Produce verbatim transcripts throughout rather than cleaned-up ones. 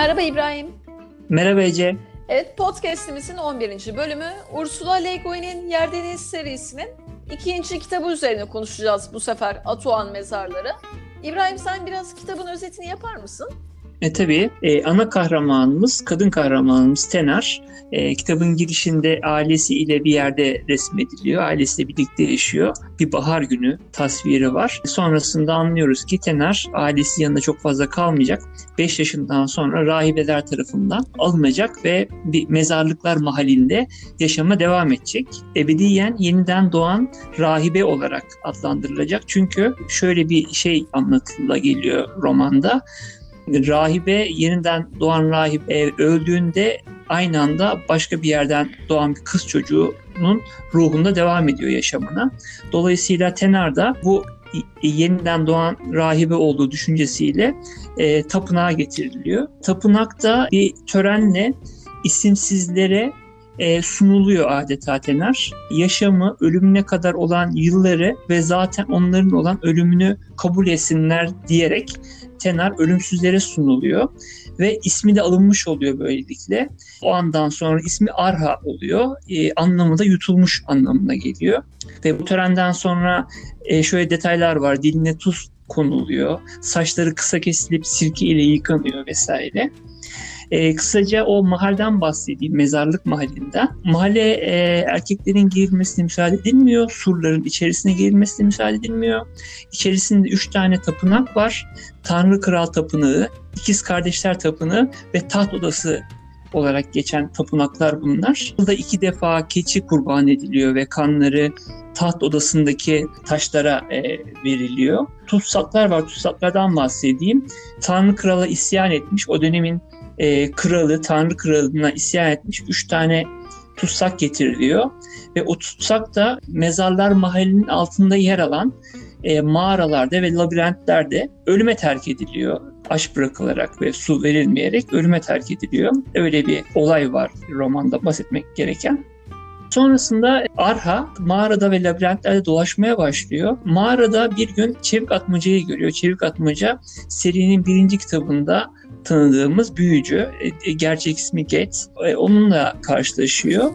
Merhaba İbrahim. Merhaba Ece. Evet, podcast'imizin on birinci bölümü Ursula Le Guin'in Yer Deniz serisinin ikinci kitabı üzerine konuşacağız bu sefer, Atuan Mezarları. İbrahim, sen biraz kitabın özetini yapar mısın? E, tabii e, ana kahramanımız, kadın kahramanımız Tenar. E, kitabın girişinde ailesiyle bir yerde resmediliyor. Ailesiyle birlikte yaşıyor. Bir bahar günü tasviri var. Sonrasında anlıyoruz ki Tenar ailesi yanında çok fazla kalmayacak. beş yaşından sonra rahibeler tarafından alınacak ve bir mezarlıklar mahallinde yaşama devam edecek. Ebediyen yeniden doğan rahibe olarak adlandırılacak. Çünkü şöyle bir şey anlatıla geliyor romanda. Rahibe, yeniden doğan rahibe öldüğünde aynı anda başka bir yerden doğan bir kız çocuğunun ruhunda devam ediyor yaşamına. Dolayısıyla Tenar da bu yeniden doğan rahibe olduğu düşüncesiyle e, tapınağa getiriliyor. Tapınakta bir törenle isimsizlere e, sunuluyor adeta Tenar. Yaşamı, ölümüne kadar olan yılları ve zaten onların olan ölümünü kabul etsinler diyerek Tenar ölümsüzlere sunuluyor ve ismi de alınmış oluyor böylelikle. O andan sonra ismi Arha oluyor. E, anlamı da yutulmuş anlamına geliyor. Ve bu törenden sonra e, şöyle detaylar var. Diline tuz konuluyor. Saçları kısa kesilip sirke ile yıkanıyor vesaire. E, kısaca o mahalden bahsedeyim, mezarlık mahallinden. Mahalle e, erkeklerin girilmesine müsaade edilmiyor, surların içerisine girilmesine müsaade edilmiyor. İçerisinde üç tane tapınak var. Tanrı Kral Tapınağı, İkiz Kardeşler Tapınağı ve Taht Odası olarak geçen tapınaklar bunlar. Burada iki defa keçi kurban ediliyor ve kanları taht odasındaki taşlara e, veriliyor. Tutsaklar var, tutsaklardan bahsedeyim. Tanrı Kral'a isyan etmiş, o dönemin e, kralı, Tanrı Kralı'na isyan etmiş üç tane tutsak getiriliyor. Ve o tutsak da mezarlar mahallinin altında yer alan e, mağaralarda ve labirentlerde ölüme terk ediliyor. Aş bırakılarak ve su verilmeyerek ölüme terk ediliyor. Öyle bir olay var romanda bahsetmek gereken. Sonrasında Arha mağarada ve labirentlerde dolaşmaya başlıyor. Mağarada bir gün Çevik Atmaca'yı görüyor. Çevik Atmaca serinin birinci kitabında tanıdığımız büyücü. Gerçek ismi Get. Onunla karşılaşıyor.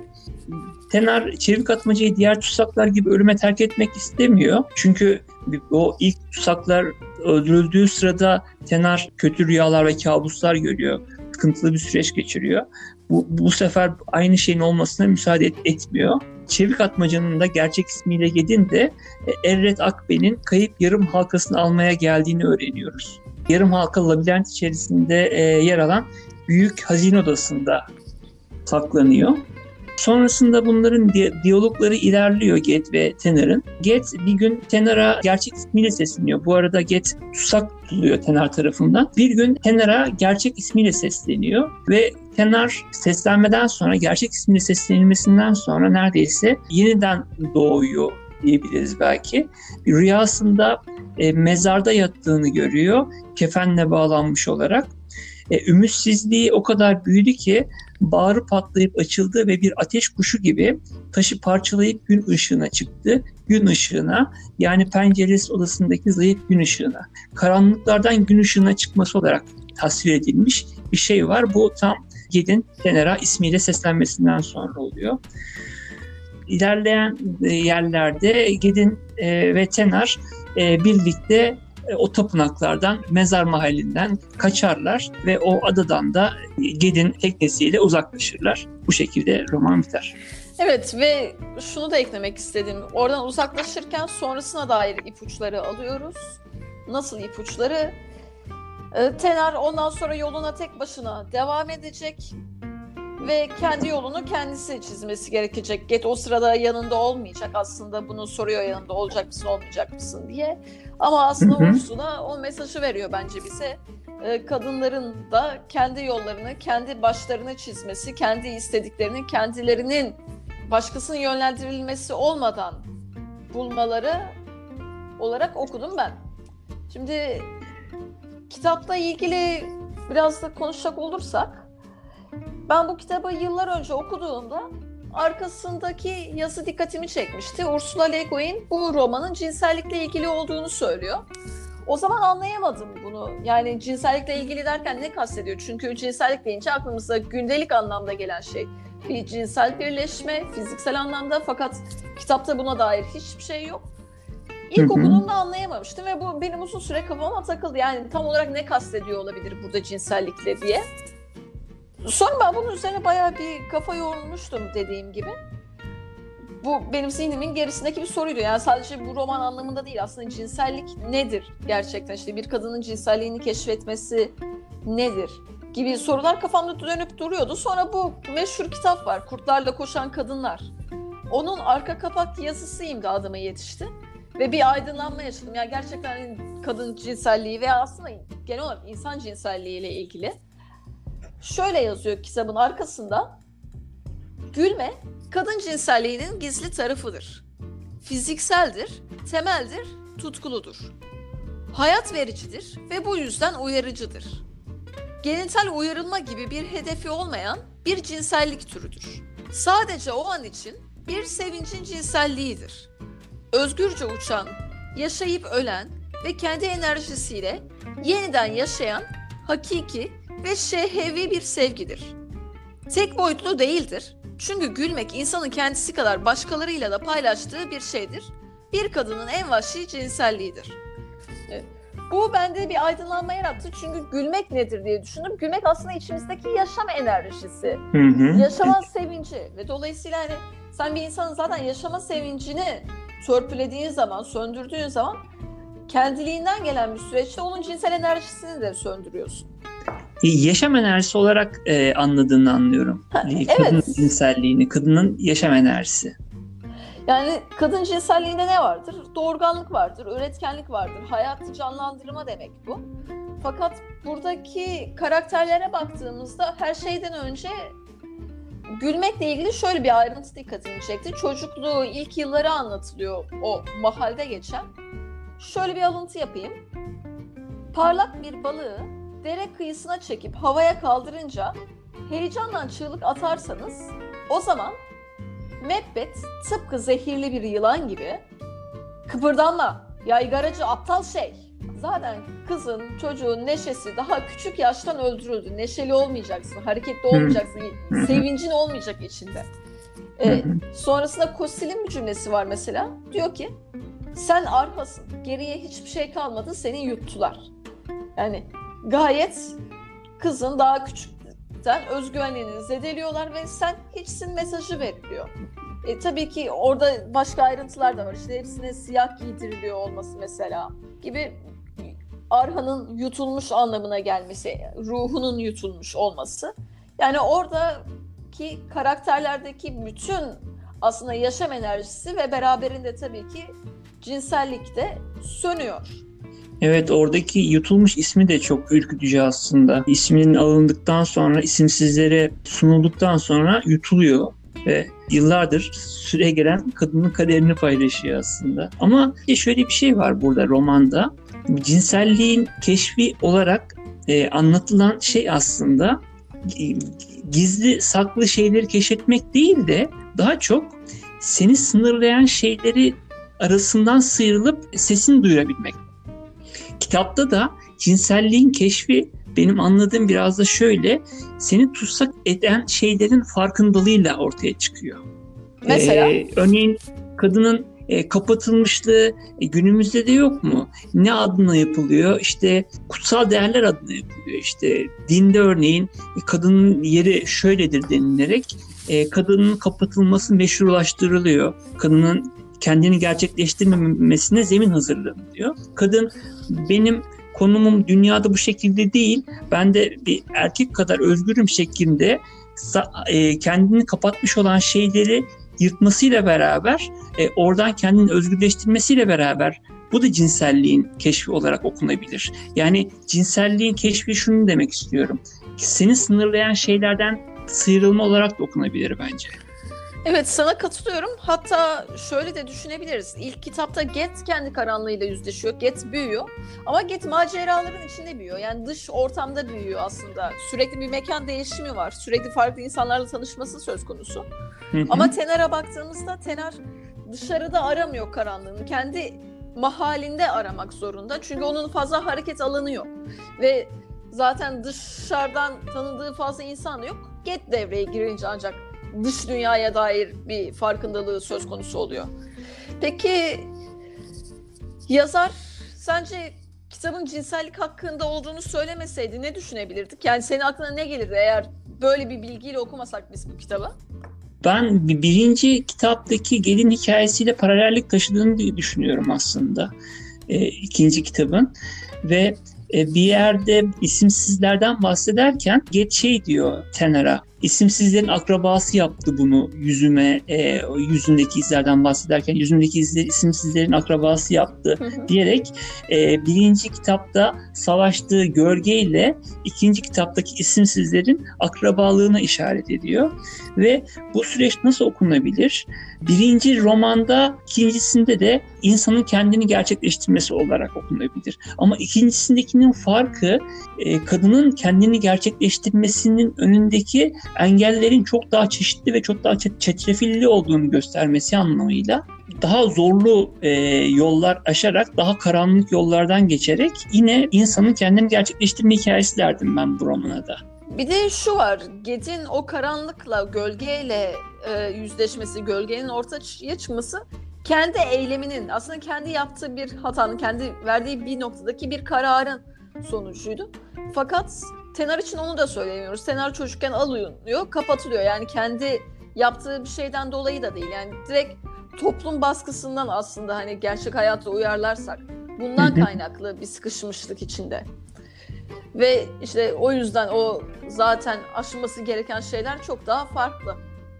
Tenar Çevik Atmaca'yı diğer tutsaklar gibi ölüme terk etmek istemiyor. Çünkü o ilk tutsaklar öldürüldüğü sırada Tenar kötü rüyalar ve kabuslar görüyor. Sıkıntılı bir süreç geçiriyor. Bu, bu sefer aynı şeyin olmasına müsaade et, etmiyor. Çevik Atmaca'nın da gerçek ismiyle Ged'in de Erret Akbe'nin kayıp yarım halkasını almaya geldiğini öğreniyoruz. Yarım halka labirent içerisinde e, yer alan büyük hazine odasında saklanıyor. Sonrasında bunların di- diyalogları ilerliyor Get ve Tenar'ın. Get bir gün Tenar'a gerçek ismiyle sesleniyor. Bu arada Get tutsak tutuluyor Tenar tarafından. Bir gün Tenar'a gerçek ismiyle sesleniyor ve Tenar seslenmeden sonra, gerçek ismiyle seslenilmesinden sonra neredeyse yeniden doğuyor diyebiliriz belki. Bir rüyasında e, mezarda yattığını görüyor, kefenle bağlanmış olarak. E, ümitsizliği o kadar büyüdü ki bağrı patlayıp açıldı ve bir ateş kuşu gibi taşı parçalayıp gün ışığına çıktı. Gün ışığına, yani penceresi odasındaki zayıf gün ışığına. Karanlıklardan gün ışığına çıkması olarak tasvir edilmiş bir şey var. Bu tam Ged'in Tenar'a ismiyle seslenmesinden sonra oluyor. İlerleyen yerlerde Ged'in e, ve Tenar e, birlikte o tapınaklardan, mezar mahallinden kaçarlar ve o adadan da Ged'in teknesiyle uzaklaşırlar. Bu şekilde roman biter. Evet ve şunu da eklemek istedim. Oradan uzaklaşırken sonrasına dair ipuçları alıyoruz. Nasıl ipuçları? Tenar ondan sonra yoluna tek başına devam edecek ve kendi yolunu kendisi çizmesi gerekecek. Get o sırada yanında olmayacak. Aslında bunu soruyor, yanında olacak mısın, olmayacak mısın diye. Ama aslında Ursula o mesajı veriyor bence bize. Kadınların da kendi yollarını, kendi başlarını çizmesi, kendi istediklerini, kendilerinin başkasının yönlendirilmesi olmadan bulmaları olarak okudum ben. Şimdi kitapla ilgili biraz da konuşacak olursak, ben bu kitabı yıllar önce okuduğumda arkasındaki yazı dikkatimi çekmişti. Ursula Le Guin bu romanın cinsellikle ilgili olduğunu söylüyor. O zaman anlayamadım bunu. Yani cinsellikle ilgili derken ne kastediyor? Çünkü cinsellik deyince aklımıza gündelik anlamda gelen şey bir cinsel birleşme, fiziksel anlamda, fakat kitapta buna dair hiçbir şey yok. İlk okuduğumda anlayamamıştım ve bu benim uzun süre kafama takıldı. Yani tam olarak ne kastediyor olabilir burada cinsellikle diye. Sonra ben bunun üzerine bayağı bir kafa yorulmuştum dediğim gibi. Bu benim zihnimin gerisindeki bir soruydu. Yani sadece bu roman anlamında değil, aslında cinsellik nedir gerçekten? İşte bir kadının cinselliğini keşfetmesi nedir gibi sorular kafamda dönüp duruyordu. Sonra bu meşhur kitap var, Kurtlarla Koşan Kadınlar. Onun arka kapak yazısı imdadıma yetişti. Ve bir aydınlanma yaşadım. Yani gerçekten kadın cinselliği veya aslında genel olarak insan cinselliğiyle ilgili. Şöyle yazıyor kitabın arkasında. Gülme, kadın cinselliğinin gizli tarafıdır. Fizikseldir, temeldir, tutkuludur. Hayat vericidir ve bu yüzden uyarıcıdır. Genital uyarılma gibi bir hedefi olmayan bir cinsellik türüdür. Sadece o an için bir sevincin cinselliğidir. Özgürce uçan, yaşayıp ölen ve kendi enerjisiyle yeniden yaşayan hakiki ve şehvevi bir sevgidir. Tek boyutlu değildir. Çünkü gülmek insanın kendisi kadar başkalarıyla da paylaştığı bir şeydir. Bir kadının en vahşi cinselliğidir. Bu bende bir aydınlanma yarattı. Çünkü gülmek nedir diye düşündüm. Gülmek aslında içimizdeki yaşam enerjisi. Hı hı. Yaşama sevinci ve dolayısıyla hani sen bir insanın zaten yaşama sevincini törpülediğin zaman, söndürdüğün zaman kendiliğinden gelen bir süreçte onun cinsel enerjisini de söndürüyorsun. Yaşam enerjisi olarak e, anladığını anlıyorum. Ha, Kadın evet. cinselliğini, kadının yaşam enerjisi. Yani kadın cinselliğinde ne vardır? Doğurganlık vardır, üretkenlik vardır, hayatı canlandırma demek bu. Fakat buradaki karakterlere baktığımızda her şeyden önce gülmekle ilgili şöyle bir ayrıntı dikkatimi çekti. Çocukluğu, ilk yılları anlatılıyor o mahalde geçen. Şöyle bir alıntı yapayım. Parlak bir balığı dere kıyısına çekip havaya kaldırınca heyecanla çığlık atarsanız o zaman Mebbet tıpkı zehirli bir yılan gibi kıpırdanma, yaygaracı aptal şey. Zaten kızın, çocuğun neşesi daha küçük yaştan öldürüldü. Neşeli olmayacaksın, hareketli olmayacaksın, sevincin olmayacak içinde. Ee, sonrasında Kostil'in bir cümlesi var mesela. Diyor ki, sen arpasın, geriye hiçbir şey kalmadı, seni yuttular. Yani gayet kızın daha küçükten özgüvenliğini zedeliyorlar ve sen hiçsin mesajı veriliyor. E, tabii ki orada başka ayrıntılar da var. İşte hepsine siyah giydiriliyor olması mesela gibi, Arhan'ın yutulmuş anlamına gelmesi, ruhunun yutulmuş olması. Yani oradaki karakterlerdeki bütün aslında yaşam enerjisi ve beraberinde tabii ki cinsellik de sönüyor. Evet, oradaki yutulmuş ismi de çok ürkütücü aslında. İsminin alındıktan sonra, isimsizlere sunulduktan sonra yutuluyor ve yıllardır süre gelen kadının kaderini paylaşıyor aslında. Ama şöyle bir şey var burada romanda. Cinselliğin keşfi olarak e, anlatılan şey aslında e, gizli saklı şeyleri keşfetmek değil de daha çok seni sınırlayan şeyleri arasından sıyrılıp sesini duyurabilmek. Kitapta da cinselliğin keşfi benim anladığım biraz da şöyle, seni tutsak eden şeylerin farkındalığıyla ortaya çıkıyor. Mesela? Ee, örneğin kadının e, kapatılmışlığı e, günümüzde de yok mu? Ne adına yapılıyor? İşte kutsal değerler adına yapılıyor. İşte dinde örneğin e, kadının yeri şöyledir denilerek e, kadının kapatılması meşrulaştırılıyor. Kadının kendini gerçekleştirmemesine zemin hazırlanıyor. Kadın, benim konumum dünyada bu şekilde değil, ben de bir erkek kadar özgürüm şeklinde e, kendini kapatmış olan şeyleri yırtmasıyla beraber, e, oradan kendini özgürleştirmesiyle beraber bu da cinselliğin keşfi olarak okunabilir. Yani cinselliğin keşfi şunu demek istiyorum. Seni sınırlayan şeylerden sıyrılma olarak da okunabilir bence. Evet, sana katılıyorum. Hatta şöyle de düşünebiliriz. İlk kitapta Get kendi karanlığıyla yüzleşiyor. Get büyüyor. Ama Get maceraların içinde büyüyor. Yani dış ortamda büyüyor aslında. Sürekli bir mekan değişimi var. Sürekli farklı insanlarla tanışması söz konusu. Hı hı. Ama Tenar'a baktığımızda Tenar dışarıda aramıyor karanlığını. Kendi mahalinde aramak zorunda. Çünkü onun fazla hareket alanı yok. Ve zaten dışarıdan tanıdığı fazla insan yok. Get devreye girince ancak dış dünyaya dair bir farkındalığı söz konusu oluyor. Peki yazar sence kitabın cinsellik hakkında olduğunu söylemeseydi ne düşünebilirdik? Yani senin aklına ne gelirdi eğer böyle bir bilgiyle okumasak biz bu kitabı? Ben birinci kitaptaki gelin hikayesiyle paralellik taşıdığını düşünüyorum aslında. E, ikinci kitabın. Ve e, bir yerde isimsizlerden bahsederken Get şey diyor Tener'a. İsimsizlerin akrabası yaptı bunu yüzüme, e, yüzündeki izlerden bahsederken yüzündeki izler isimsizlerin akrabası yaptı hı hı. diyerek e, birinci kitapta savaştığı gölgeyle ikinci kitaptaki isimsizlerin akrabalığına işaret ediyor. Ve bu süreç nasıl okunabilir? Birinci romanda, ikincisinde de insanın kendini gerçekleştirmesi olarak okunabilir. Ama ikincisindekinin farkı e, kadının kendini gerçekleştirmesinin önündeki engellerin çok daha çeşitli ve çok daha çetrefilli olduğunu göstermesi anlamıyla daha zorlu e, yollar aşarak, daha karanlık yollardan geçerek yine insanın kendini gerçekleştirme hikayesi derdim ben bu romana da. Bir de şu var, Ged'in o karanlıkla, gölgeyle e, yüzleşmesi, gölgenin ortaya çıkması kendi eyleminin, aslında kendi yaptığı bir hatanın, kendi verdiği bir noktadaki bir kararın sonucuydu. Fakat Tenar için onu da söylemiyoruz. Tenar çocukken alınıyor, kapatılıyor. Yani kendi yaptığı bir şeyden dolayı da değil. Yani direkt toplum baskısından aslında hani gerçek hayatla uyarlarsak bundan kaynaklı bir sıkışmışlık içinde. Ve işte o yüzden o zaten aşılması gereken şeyler çok daha farklı.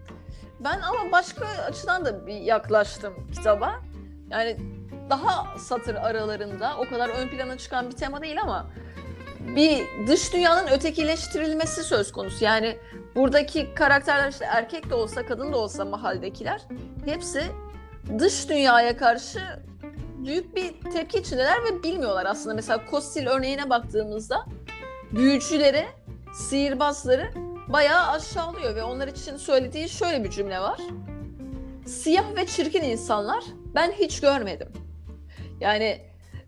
Ben ama başka açıdan da bir yaklaştım kitaba. Yani daha satır aralarında o kadar ön plana çıkan bir tema değil ama bir dış dünyanın ötekileştirilmesi söz konusu. Yani buradaki karakterler işte erkek de olsa kadın da olsa mahalledekiler hepsi dış dünyaya karşı büyük bir tepki içindeler ve bilmiyorlar aslında. Mesela Kostil örneğine baktığımızda büyücüleri, sihirbazları bayağı aşağılıyor ve onlar için söylediği şöyle bir cümle var. Siyah ve çirkin insanlar ben hiç görmedim. Yani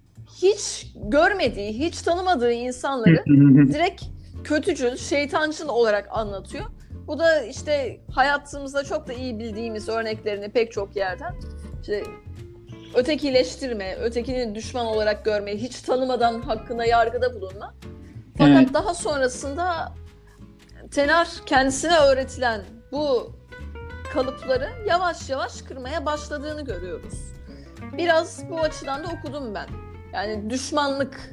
hiç görmediği, hiç tanımadığı insanları direkt kötücül, şeytancıl olarak anlatıyor. Bu da işte hayatımızda çok da iyi bildiğimiz örneklerini pek çok yerden işte ötekileştirme, ötekini düşman olarak görme, hiç tanımadan hakkında yargıda bulunma. Fakat evet. Daha sonrasında Tenar kendisine öğretilen bu kalıpları yavaş yavaş kırmaya başladığını görüyoruz. Biraz bu açıdan da okudum ben. Yani düşmanlık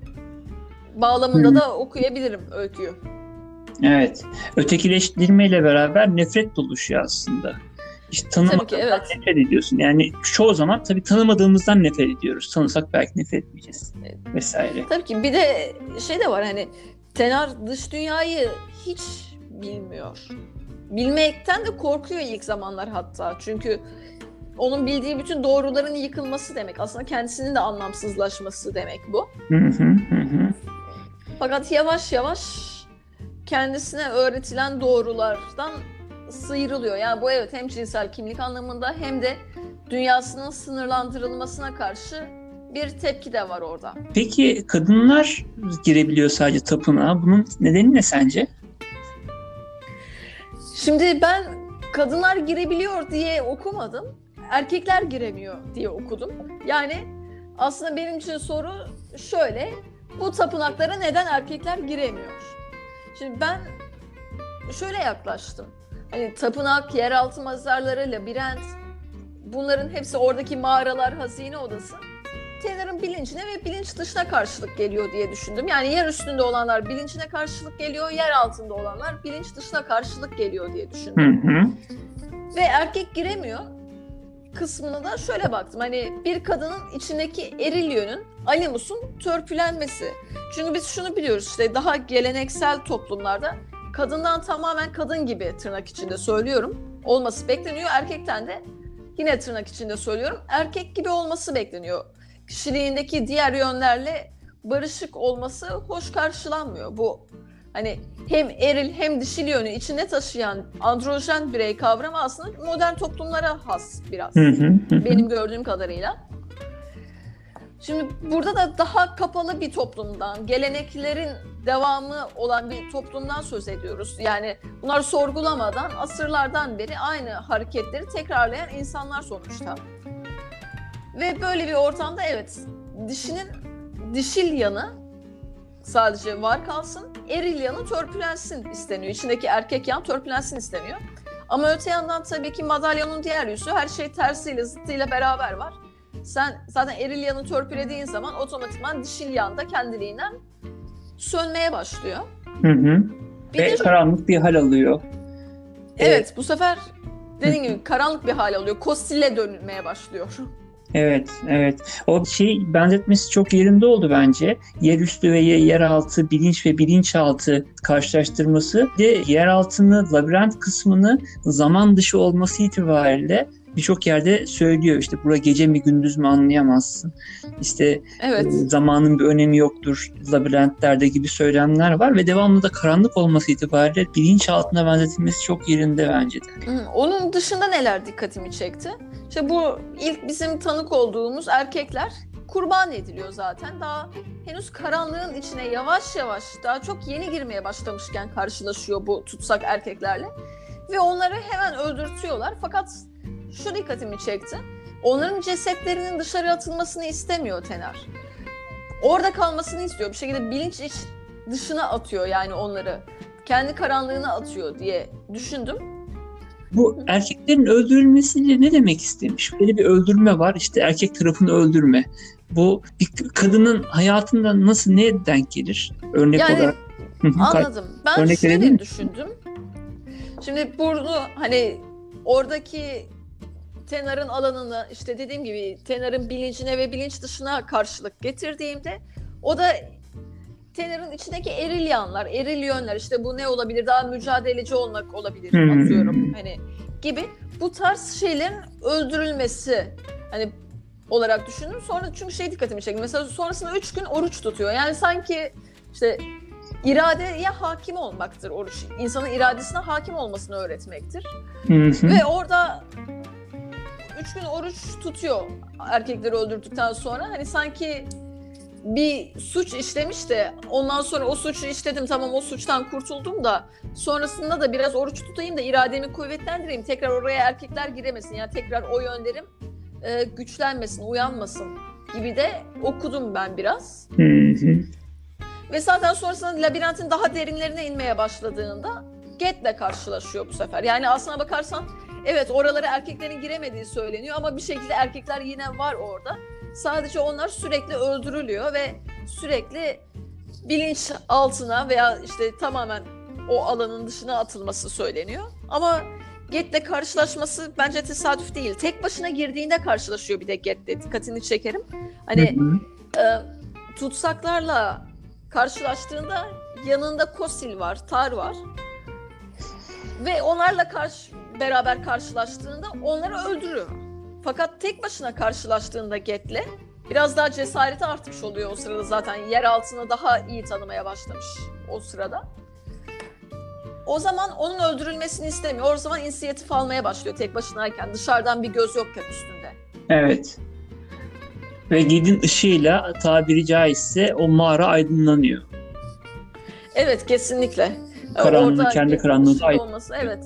bağlamında hmm. da okuyabilirim öyküyü. Evet. Ötekileştirmeyle beraber nefret de oluşuyor aslında. İşte tanımadığımızdan evet. nefret ediyorsun. Yani çoğu zaman tabii tanımadığımızdan nefret ediyoruz. Tanısak belki nefret etmeyeceğiz evet. vesaire. Tabii ki bir de şey de var hani Tenar dış dünyayı hiç bilmiyor. Bilmekten de korkuyor ilk zamanlar hatta. Çünkü onun bildiği bütün doğruların yıkılması demek. Aslında kendisinin de anlamsızlaşması demek bu. Hı hı hı. Fakat yavaş yavaş kendisine öğretilen doğrulardan sıyrılıyor. Yani bu evet hem cinsel kimlik anlamında hem de dünyasının sınırlandırılmasına karşı bir tepki de var orada. Peki kadınlar girebiliyor sadece tapınağa. Bunun nedeni ne sence? Şimdi ben kadınlar girebiliyor diye okumadım. Erkekler giremiyor diye okudum. Yani aslında benim için soru şöyle. Bu tapınaklara neden erkekler giremiyor? Şimdi ben şöyle yaklaştım. Hani tapınak, yeraltı mezarları, labirent, bunların hepsi oradaki mağaralar, hazine odası. Tenar'ın bilincine ve bilinç dışına karşılık geliyor diye düşündüm. Yani yer üstünde olanlar bilincine karşılık geliyor, yer altında olanlar bilinç dışına karşılık geliyor diye düşündüm. Hı hı. Ve erkek giremiyor kısmına da şöyle baktım. Hani bir kadının içindeki eril yönün, animusun törpülenmesi. Çünkü biz şunu biliyoruz işte daha geleneksel toplumlarda kadından tamamen kadın gibi tırnak içinde söylüyorum olması bekleniyor. Erkekten de yine tırnak içinde söylüyorum erkek gibi olması bekleniyor. Kişiliğindeki diğer yönlerle barışık olması hoş karşılanmıyor. Bu hani hem eril hem dişil yönü içinde taşıyan androjen birey kavramı aslında modern toplumlara has biraz. Benim gördüğüm kadarıyla. Şimdi burada da daha kapalı bir toplumdan, geleneklerin devamı olan bir toplumdan söz ediyoruz. Yani bunlar sorgulamadan asırlardan beri aynı hareketleri tekrarlayan insanlar sonuçta. Ve böyle bir ortamda evet, dişinin dişil yanı sadece var kalsın, eril yanı törpülensin isteniyor. İçindeki erkek yan törpülensin isteniyor. Ama öte yandan tabii ki madalyonun diğer yüzü, her şey tersiyle, zıttıyla beraber var. Sen zaten eril yanı törpülediğin zaman otomatikman dişil yan da kendiliğinden sönmeye başlıyor. Hı hı. Bir Ve de, karanlık bir hal alıyor. evet, bu sefer dediğim gibi karanlık bir hal alıyor. Kostille dönmeye başlıyor. Evet, evet. O şey benzetmesi çok yerinde oldu bence. Yerüstü ve yeraltı, bilinç ve bilinçaltı karşılaştırması. Bir de yeraltını, labirent kısmını zaman dışı olması itibariyle birçok yerde söylüyor. İşte bura gece mi gündüz mü anlayamazsın. İşte Evet. e, zamanın bir önemi yoktur labirentlerde gibi söylemler var ve devamlı da karanlık olması itibariyle bilinçaltına benzetilmesi çok yerinde bence de. Hı, onun dışında neler dikkatimi çekti? İşte bu ilk bizim tanık olduğumuz erkekler kurban ediliyor zaten. Daha henüz karanlığın içine yavaş yavaş, daha çok yeni girmeye başlamışken karşılaşıyor bu tutsak erkeklerle. Ve onları hemen öldürtüyorlar. Fakat şu dikkatimi çekti. Onların cesetlerinin dışarı atılmasını istemiyor Tenar. Orada kalmasını istiyor. Bir şekilde bilinç iç dışına atıyor yani onları. Kendi karanlığına atıyor diye düşündüm. Bu erkeklerin öldürülmesiyle ne demek istemiş? Böyle bir öldürme var, işte erkek tarafını öldürme. Bu bir kadının hayatında nasıl, neye denk gelir? Örnek Yani olarak. anladım. Ben Örnek verebilir şöyle misin? düşündüm. Şimdi bunu hani oradaki Tenar'ın alanını, işte dediğim gibi Tenar'ın bilincine ve bilinç dışına karşılık getirdiğimde o da Tenar'ın içindeki eril yanlar, eril yönler, işte bu ne olabilir? Daha mücadeleci olmak olabilir, Hmm. atıyorum hani gibi bu tarz şeylerin öldürülmesi hani olarak düşündüm. Sonra çünkü şey dikkatimi çekti. Mesela sonrasında üç gün oruç tutuyor. Yani sanki işte iradeye hakim olmaktır oruç. İnsanın iradesine hakim olmasını öğretmektir. Hı hı. Ve orada üç gün oruç tutuyor erkekleri öldürdükten sonra. Hani sanki bir suç işlemiş de ondan sonra o suçu işledim, tamam o suçtan kurtuldum da sonrasında da biraz oruç tutayım da irademi kuvvetlendireyim. Tekrar oraya erkekler giremesin. Yani tekrar o yönlerim e, güçlenmesin, uyanmasın gibi de okudum ben biraz. Hı hı. Ve zaten sonrasında labirentin daha derinlerine inmeye başladığında Get'le karşılaşıyor bu sefer. Yani aslına bakarsan evet, oralara erkeklerin giremediği söyleniyor ama bir şekilde erkekler yine var orada. Sadece onlar sürekli öldürülüyor ve sürekli bilinç altına veya işte tamamen o alanın dışına atılması söyleniyor. Ama Get'le karşılaşması bence tesadüf değil. Tek başına girdiğinde karşılaşıyor bir de Get'le. Dikkatini çekerim. Hani Hı hı. e, tutsaklarla karşılaştığında yanında Kosil var, Tar var. Ve onlarla karşı, beraber karşılaştığında onları öldürüyor. Fakat tek başına karşılaştığında Get'le biraz daha cesareti artmış oluyor o sırada zaten. Yer altını daha iyi tanımaya başlamış o sırada. O zaman onun öldürülmesini istemiyor. O zaman inisiyatif almaya başlıyor tek başınayken. Dışarıdan bir göz yokken üstünde. Evet. Ve Ged'in ışığıyla tabiri caizse o mağara aydınlanıyor. Evet, kesinlikle. Karanlığı, Orada kendi Get'in karanlığı ışığı aydın- olması, evet.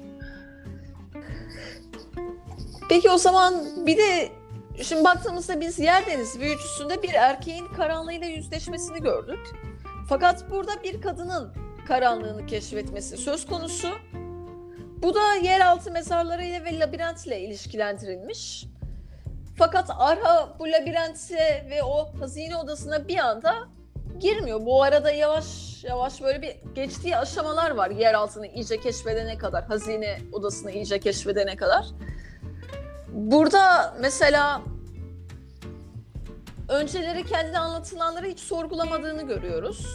Peki o zaman bir de şimdi baktığımızda biz yer denizi büyücüsünde bir erkeğin karanlığıyla yüzleşmesini gördük. Fakat burada bir kadının karanlığını keşfetmesi söz konusu. Bu da yeraltı mezarlarıyla ve labirentle ilişkilendirilmiş. Fakat Arha bu labirente ve o hazine odasına bir anda girmiyor. Bu arada yavaş yavaş böyle bir geçtiği aşamalar var yeraltını iyice keşfedene kadar, hazine odasını iyice keşfedene kadar. Burada mesela önceleri kendine anlatılanları hiç sorgulamadığını görüyoruz.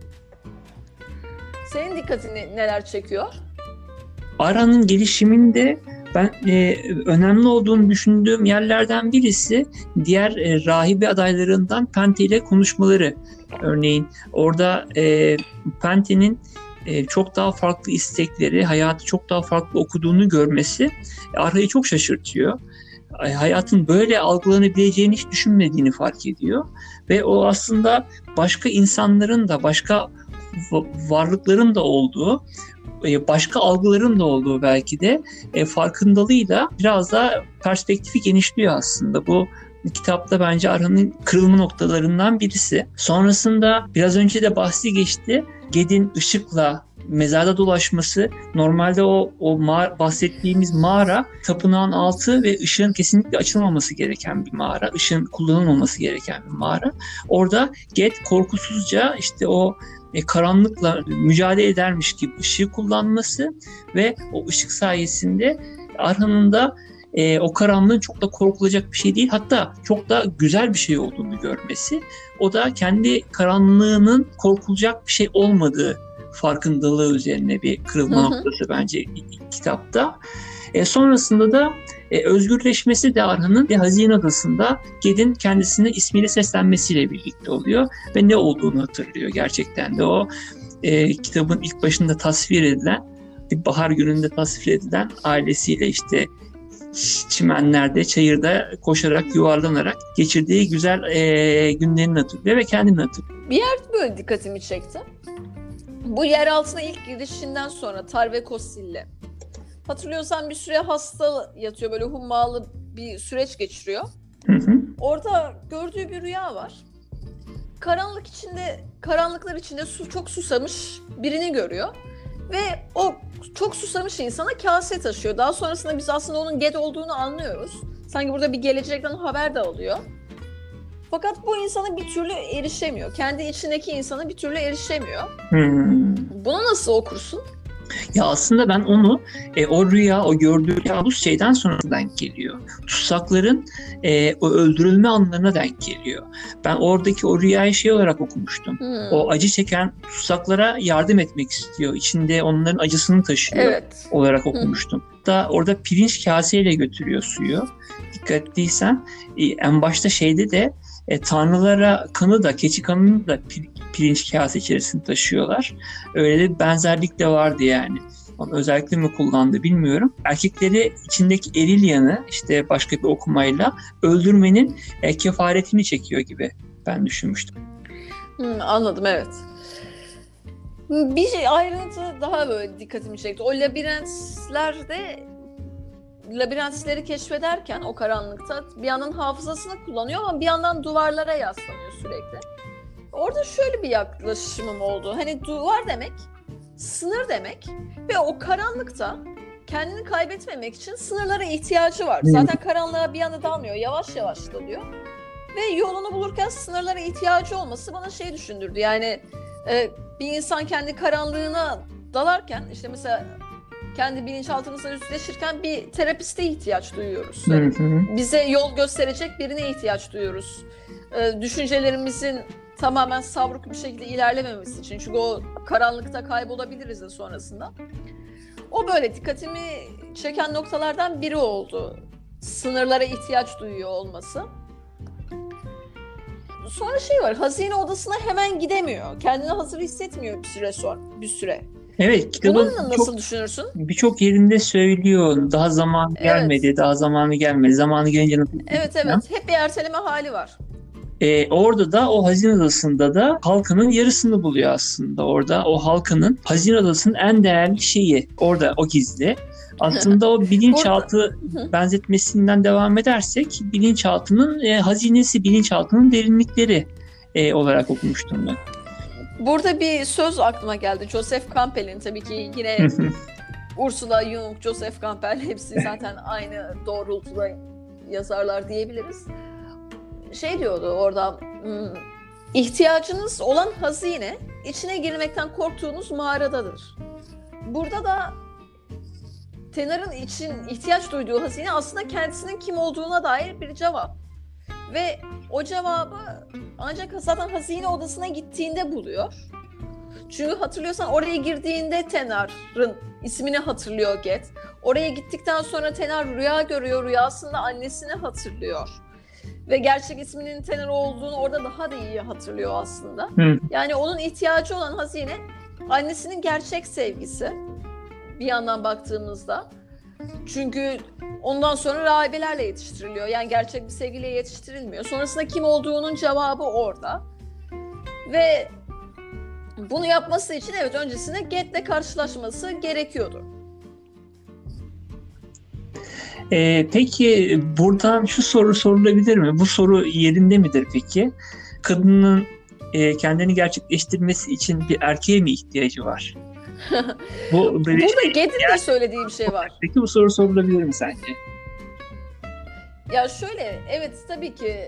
Senin dikkatini neler çekiyor? Ara'nın gelişiminde ben e, önemli olduğunu düşündüğüm yerlerden birisi diğer e, rahibe adaylarından Pente ile konuşmaları. Örneğin orada e, Pente'nin e, çok daha farklı istekleri, hayatı çok daha farklı okuduğunu görmesi Ara'yı çok şaşırtıyor. hayatın böyle algılanabileceğini hiç düşünmediğini fark ediyor. Ve o aslında başka insanların da, başka varlıkların da olduğu, başka algıların da olduğu belki de farkındalığıyla biraz da perspektifi genişliyor aslında. Bu kitapta bence Arhan'ın kırılma noktalarından birisi. Sonrasında biraz önce de bahsi geçti. Ged'in ışıkla mezarda dolaşması, normalde o, o mağara, bahsettiğimiz mağara tapınağın altı ve ışığın kesinlikle açılmaması gereken bir mağara. Işığın kullanılmaması gereken bir mağara. Orada Ged korkusuzca işte o e, karanlıkla mücadele edermiş gibi ışığı kullanması ve o ışık sayesinde Arhan'ın da e, o karanlığın çok da korkulacak bir şey değil, hatta çok da güzel bir şey olduğunu görmesi. O da kendi karanlığının korkulacak bir şey olmadığı farkındalığı üzerine bir kırılma hı hı. noktası bence kitapta. E, sonrasında da e, özgürleşmesi de Arhan'ın Hazine Adası'nda Ged'in kendisine ismiyle seslenmesiyle birlikte oluyor ve ne olduğunu hatırlıyor gerçekten de. O e, kitabın ilk başında tasvir edilen, bir bahar gününde tasvir edilen ailesiyle işte çimenlerde, çayırda koşarak, yuvarlanarak geçirdiği güzel e, günlerini hatırlıyor ve kendini hatırlıyor. Bir yer böyle dikkatimi çekti. Bu yer altına ilk girişinden sonra Tarve Kossil'le. Hatırlıyorsan bir süre hasta yatıyor, böyle hummalı bir süreç geçiriyor. Hı hı. Orada gördüğü bir rüya var. Karanlık içinde, karanlıklar içinde su çok susamış birini görüyor. Ve o çok susamış insana kase taşıyor. Daha sonrasında biz aslında onun Ged olduğunu anlıyoruz. Sanki burada bir gelecekten haber de alıyor. Fakat bu insana bir türlü erişemiyor. Kendi içindeki insana bir türlü erişemiyor. Hmm. Bunu nasıl okursun? Ya aslında ben onu, e, o rüya, o gördüğü kabus şeyden sonra denk geliyor. Tutsakların e, o öldürülme anlarına denk geliyor. Ben oradaki o rüyayı şey olarak okumuştum. Hmm. O acı çeken tutsaklara yardım etmek istiyor. İçinde onların acısını taşıyor Evet. olarak okumuştum. Hmm. Da orada pirinç kaseyle götürüyor suyu. Dikkatliysen e, en başta şeyde de E, tanrılara kanı da, keçi kanını da pir, pirinç kase içerisinde taşıyorlar. Öyle de bir benzerlik de vardı yani. Onu özellikle mi kullandı bilmiyorum. Erkekleri içindeki eril yanı işte başka bir okumayla öldürmenin e, kefaretini çekiyor gibi ben düşünmüştüm. Hmm, anladım, evet. Bir şey, ayrıntı daha böyle dikkatimi çekti. O labirentlerde labirentleri keşfederken o karanlıkta bir yandan hafızasını kullanıyor ama bir yandan duvarlara yaslanıyor sürekli. Orada şöyle bir yaklaşımım oldu. Hani duvar demek, sınır demek ve o karanlıkta kendini kaybetmemek için sınırlara ihtiyacı var. Zaten karanlığa bir anda dalmıyor, yavaş yavaş dalıyor. Ve yolunu bulurken sınırlara ihtiyacı olması bana şey düşündürdü. Yani e, bir insan kendi karanlığına dalarken işte mesela kendi bilinçaltımızla yüzleşirken bir terapiste ihtiyaç duyuyoruz. Yani bize yol gösterecek birine ihtiyaç duyuyoruz. Ee, düşüncelerimizin tamamen savruk bir şekilde ilerlememesi için. Çünkü o karanlıkta kaybolabiliriz de sonrasında. O böyle dikkatimi çeken noktalardan biri oldu. Sınırlara ihtiyaç duyuyor olması. Sonra şey var, hazine odasına hemen gidemiyor. Kendini hazır hissetmiyor bir süre sonra, bir süre. Evet, kitabın bunu nasıl düşünürsün? Birçok yerinde söylüyor. Daha zamanı gelmedi, evet. daha zamanı gelmedi. Zamanı gelince nasıl? Evet evet. Hep bir erteleme hali var. Ee, orada da o Hazine Adası'nda da halkının yarısını buluyor aslında. Orada o halkının Hazine Adası'nın en değerli şeyi. Orada o gizli. Aslında o bilinçaltı benzetmesinden devam edersek bilinçaltının e, hazinesi, bilinçaltının derinlikleri e, olarak okumuştum ben. Burada bir söz aklıma geldi. Joseph Campbell'in, tabii ki yine Ursula Jung, Joseph Campbell hepsi zaten aynı doğrultuda yazarlar diyebiliriz. Şey diyordu orada, ihtiyacınız olan hazine içine girmekten korktuğunuz mağaradadır. Burada da Tenar'ın için ihtiyaç duyduğu hazine aslında kendisinin kim olduğuna dair bir cevap. Ve o cevabı ancak zaten hazine odasına gittiğinde buluyor. Çünkü hatırlıyorsan oraya girdiğinde Tenar'ın ismini hatırlıyor Ged. Oraya gittikten sonra Tenar rüya görüyor. Rüyasında annesini hatırlıyor. Ve gerçek isminin Tenar olduğunu orada daha da iyi hatırlıyor aslında. Hı. Yani onun ihtiyacı olan hazine annesinin gerçek sevgisi. Bir yandan baktığımızda. Çünkü ondan sonra rahibelerle yetiştiriliyor. Yani gerçek bir sevgiliye yetiştirilmiyor. Sonrasında kim olduğunun cevabı orada. Ve bunu yapması için evet öncesinde Ged'le karşılaşması gerekiyordu. Ee, peki buradan şu soru sorulabilir mi? Bu soru yerinde midir peki? Kadının e, kendini gerçekleştirmesi için bir erkeğe mi ihtiyacı var? Bu böyle Burada şey, Ged'in yani, de söylediği bir şey var. Peki bu soru sorulabilir mi sence? Ya şöyle, evet tabii ki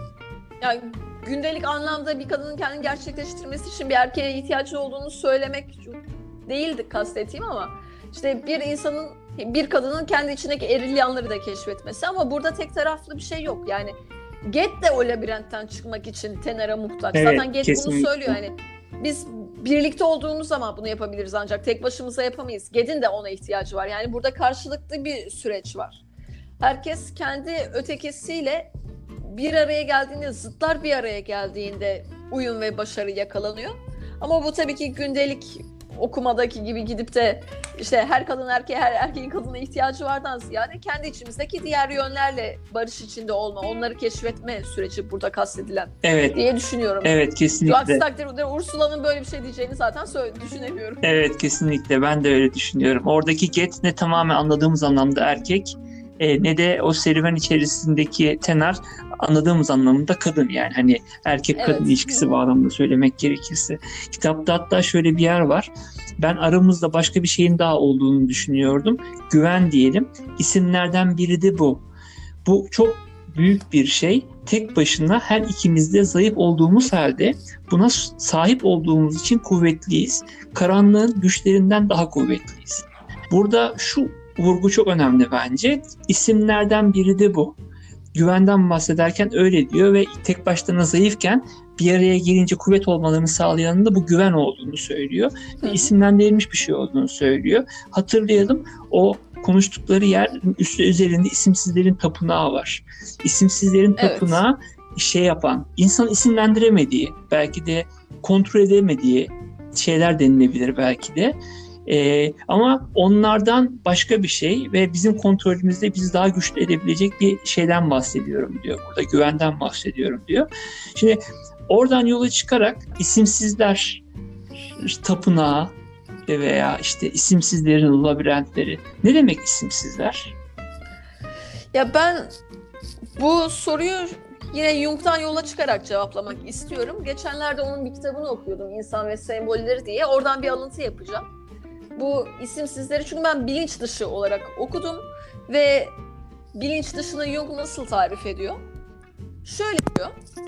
yani gündelik anlamda bir kadının kendini gerçekleştirmesi için bir erkeğe ihtiyacı olduğunu söylemek değildi kastettiğim ama işte bir insanın, bir kadının kendi içindeki eril yanları da keşfetmesi ama burada tek taraflı bir şey yok. Yani Ged de o labirentten çıkmak için Tener'e muhtaç. Evet, Zaten Ged kesinlikle. bunu söylüyor yani. Biz birlikte olduğumuz zaman bunu yapabiliriz ancak tek başımıza yapamayız. Ged'in de ona ihtiyacı var. Yani burada karşılıklı bir süreç var. Herkes kendi ötekisiyle bir araya geldiğinde, zıtlar bir araya geldiğinde uyum ve başarı yakalanıyor. Ama bu tabii ki gündelik okumadaki gibi gidip de işte her kadın erkeğe, her erkeğin kadına ihtiyacı vardan ziyade kendi içimizdeki diğer yönlerle barış içinde olma, onları keşfetme süreci burada kastedilen Evet. diye düşünüyorum. Evet, kesinlikle. Şu aksi takdirde Ursula'nın böyle bir şey diyeceğini zaten söyle, düşünemiyorum. Evet, kesinlikle. Ben de öyle düşünüyorum. Oradaki Ged ne tamamen anladığımız anlamda erkek, e, ne de o serüven içerisindeki Tenar anladığımız anlamda kadın, yani hani erkek kadın Evet. ilişkisi bağlamında söylemek gerekirse. Kitapta hatta şöyle bir yer var. Ben aramızda başka bir şeyin daha olduğunu düşünüyordum. Güven diyelim. İsimlerden biri de bu. Bu çok büyük bir şey. Tek başına her ikimiz de zayıf olduğumuz halde buna sahip olduğumuz için kuvvetliyiz. Karanlığın güçlerinden daha kuvvetliyiz. Burada şu vurgu çok önemli bence. İsimlerden biri de bu. Güvenden bahsederken öyle diyor ve tek başına zayıfken bir araya gelince kuvvet olmalarını sağlayanın da bu güven olduğunu söylüyor. Ve isimlendirilmiş bir şey olduğunu söylüyor. Hatırlayalım, o konuştukları yer üstü üzerinde isimsizlerin tapınağı var. İsimsizlerin Evet. tapınağı şey yapan, insan isimlendiremediği, belki de kontrol edemediği şeyler denilebilir belki de. Ee, ama onlardan başka bir şey ve bizim kontrolümüzde bizi daha güçlü edebilecek bir şeyden bahsediyorum diyor. Burada güvenden bahsediyorum diyor. Şimdi oradan yola çıkarak isimsizler tapınağı veya işte isimsizlerin labirentleri. Ne demek isimsizler? Ya ben bu soruyu yine Jung'dan yola çıkarak cevaplamak istiyorum. Geçenlerde onun bir kitabını okuyordum, İnsan ve Sembolleri diye. Oradan bir alıntı yapacağım. Bu isimsizleri çünkü ben bilinç dışı olarak okudum ve bilinç dışını Jung nasıl tarif ediyor? Şöyle diyor.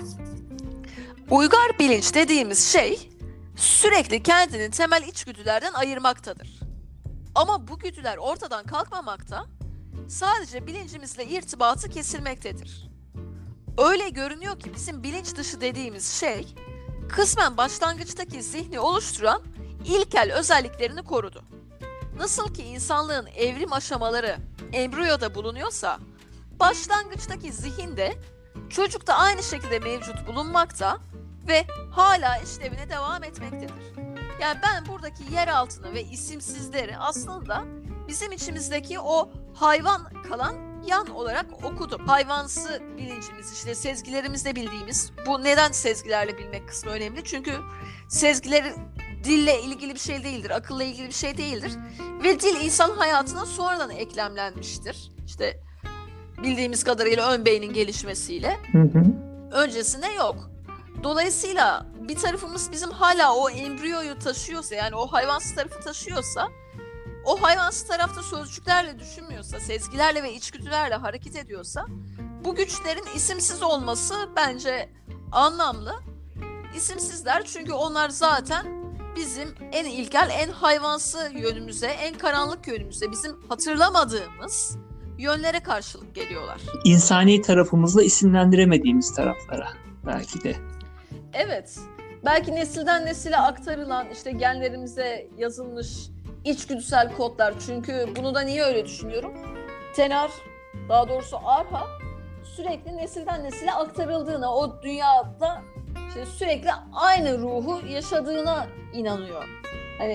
Uygar bilinç dediğimiz şey sürekli kendini temel içgüdülerden ayırmaktadır. Ama bu güdüler ortadan kalkmamakta, sadece bilincimizle irtibatı kesilmektedir. Öyle görünüyor ki bizim bilinç dışı dediğimiz şey, kısmen başlangıçtaki zihni oluşturan ilkel özelliklerini korudu. Nasıl ki insanlığın evrim aşamaları embriyoda bulunuyorsa, başlangıçtaki zihin de çocukta aynı şekilde mevcut bulunmakta ve hala işlevine devam etmektedir. Yani ben buradaki yer altını ve isimsizleri aslında bizim içimizdeki o hayvan kalan yan olarak okudum. Hayvansı bilincimiz, işte sezgilerimizde bildiğimiz, bu neden sezgilerle bilmek kısmı önemli? Çünkü sezgileri dille ilgili bir şey değildir, akılla ilgili bir şey değildir. Ve dil insan hayatına sonradan eklemlenmiştir. İşte bildiğimiz kadarıyla ön beynin gelişmesiyle. Hı hı. Öncesinde yok. Dolayısıyla bir tarafımız bizim hala o embriyoyu taşıyorsa, yani o hayvansı tarafı taşıyorsa, o hayvansı tarafta sözcüklerle düşünmüyorsa, sezgilerle ve içgüdülerle hareket ediyorsa, bu güçlerin isimsiz olması bence anlamlı. İsimsizler çünkü onlar zaten bizim en ilkel, en hayvansı yönümüze, en karanlık yönümüze, bizim hatırlamadığımız yönlere karşılık geliyorlar. İnsani tarafımızla isimlendiremediğimiz taraflara belki de. Evet. Belki nesilden nesile aktarılan, işte genlerimize yazılmış içgüdüsel kodlar. Çünkü bunu da niye öyle düşünüyorum? Tenar, daha doğrusu Arha sürekli nesilden nesile aktarıldığına, o dünyada işte sürekli aynı ruhu yaşadığına inanıyor. Hani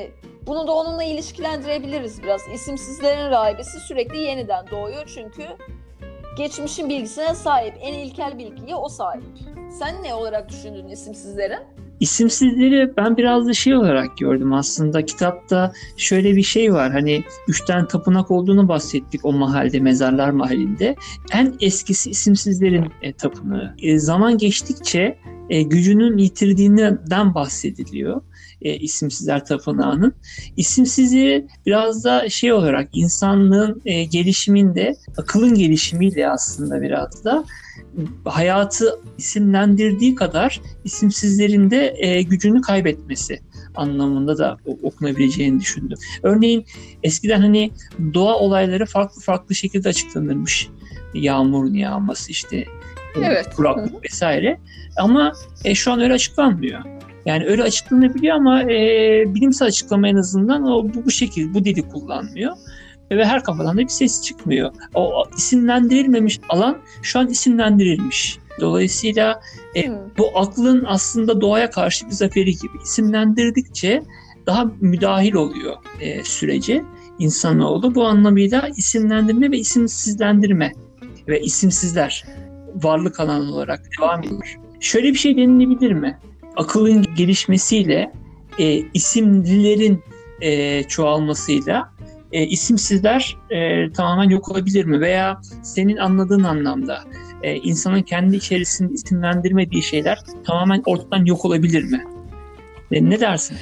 Bunu da onunla ilişkilendirebiliriz biraz. İsimsizlerin rahibesi sürekli yeniden doğuyor çünkü geçmişin bilgisine sahip. En ilkel bilgiye o sahip. Sen ne olarak düşündün isimsizleri? İsimsizleri ben biraz da şey olarak gördüm aslında. Kitapta şöyle bir şey var. Hani üç tane tapınak olduğunu bahsettik o mahalde, Mezarlar Mahalli'nde. En eskisi isimsizlerin e, tapınağı. E, zaman geçtikçe e, gücünün yitirdiğinden bahsediliyor. E, isimsizler tapınağının. İsimsizleri biraz da şey olarak insanlığın e, gelişiminde, akılın gelişimiyle aslında biraz da hayatı isimlendirdiği kadar isimsizlerin de e, gücünü kaybetmesi anlamında da okunabileceğini düşündüm. Örneğin eskiden hani doğa olayları farklı farklı şekilde açıklanırmış. Yağmurun yağması, işte evet, kuraklık vesaire. Ama e, şu an öyle açıklanmıyor. Yani öyle açıklanabiliyor ama e, bilimsel açıklama en azından o bu, bu şekilde, bu dili kullanmıyor. Ve her kafadan da bir ses çıkmıyor. O isimlendirilmemiş alan şu an isimlendirilmiş. Dolayısıyla e, hmm. bu aklın aslında doğaya karşı bir zaferi gibi. İsimlendirdikçe daha müdahil oluyor e, sürece insanoğlu. Bu anlamıyla isimlendirme ve isimsizlendirme ve isimsizler varlık alanı olarak devam ediyor. Şöyle bir şey denilebilir mi? Akılın gelişmesiyle e, isimlilerin e, çoğalmasıyla E, isimsizler e, tamamen yok olabilir mi? Veya senin anladığın anlamda e, insanın kendi içerisinde isimlendirmediği şeyler tamamen ortadan yok olabilir mi? E, ne dersin?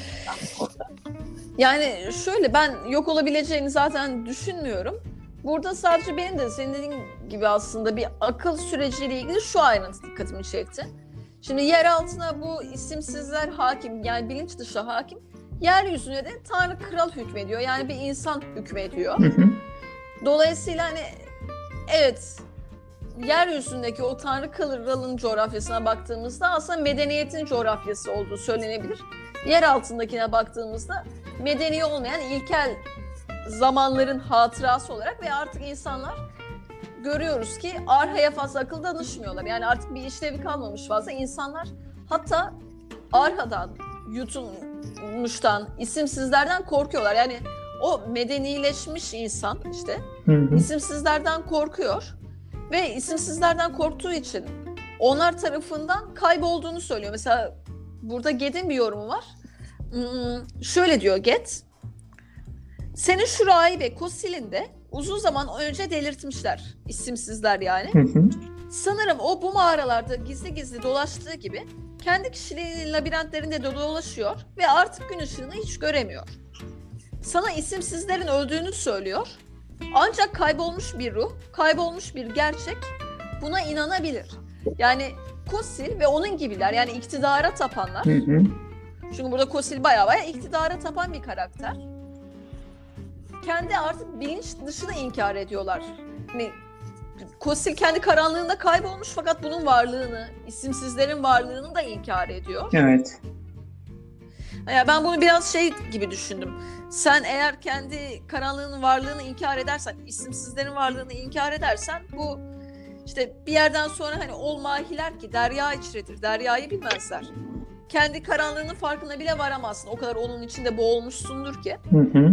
Yani şöyle, ben yok olabileceğini zaten düşünmüyorum. Burada sadece benim de senin dediğin gibi aslında bir akıl süreciyle ilgili şu ayrıntı dikkatimi çekti. Şimdi yer altına bu isimsizler hakim, yani bilinç dışı hakim. Yeryüzüne de Tanrı Kral hükmediyor. Yani bir insan hükmediyor. Hı hı. Dolayısıyla hani evet, yeryüzündeki o Tanrı Kral'ın coğrafyasına baktığımızda aslında medeniyetin coğrafyası olduğu söylenebilir. Yer altındakine baktığımızda medeni olmayan ilkel zamanların hatırası olarak ve artık insanlar görüyoruz ki Arha'ya fazla akıl danışmıyorlar. Yani artık bir işlevi kalmamış fazla. İnsanlar hatta Arha'dan, yutulmuştan, isimsizlerden korkuyorlar. Yani o medenileşmiş insan işte hı hı. isimsizlerden korkuyor ve isimsizlerden korktuğu için onlar tarafından kaybolduğunu söylüyor. Mesela burada Ged'in bir yorumu var. Hmm, şöyle diyor Ged. Seni şu rahibe Kosil'in de uzun zaman önce delirtmişler. İsimsizler yani. Hı hı. Sanırım o bu mağaralarda gizli gizli dolaştığı gibi kendi kişiliğinin labirentlerinde de dolaşıyor ve artık gün ışığını hiç göremiyor. Sana isimsizlerin öldüğünü söylüyor. Ancak kaybolmuş bir ruh, kaybolmuş bir gerçek buna inanabilir. Yani Kosil ve onun gibiler, yani iktidara tapanlar. Hı hı. Çünkü burada Kosil baya baya iktidara tapan bir karakter. Kendi artık bilinç dışını inkar ediyorlar. Yani Kosil kendi karanlığında kaybolmuş fakat bunun varlığını, isimsizlerin varlığını da inkar ediyor. Evet. Yani ben bunu biraz şey gibi düşündüm. Sen eğer kendi karanlığının varlığını inkar edersen, isimsizlerin varlığını inkar edersen bu işte bir yerden sonra hani ol mahiler ki derya içredir, deryayı bilmezler. Kendi karanlığının farkına bile varamazsın. O kadar onun içinde boğulmuşsundur ki. Hı hı.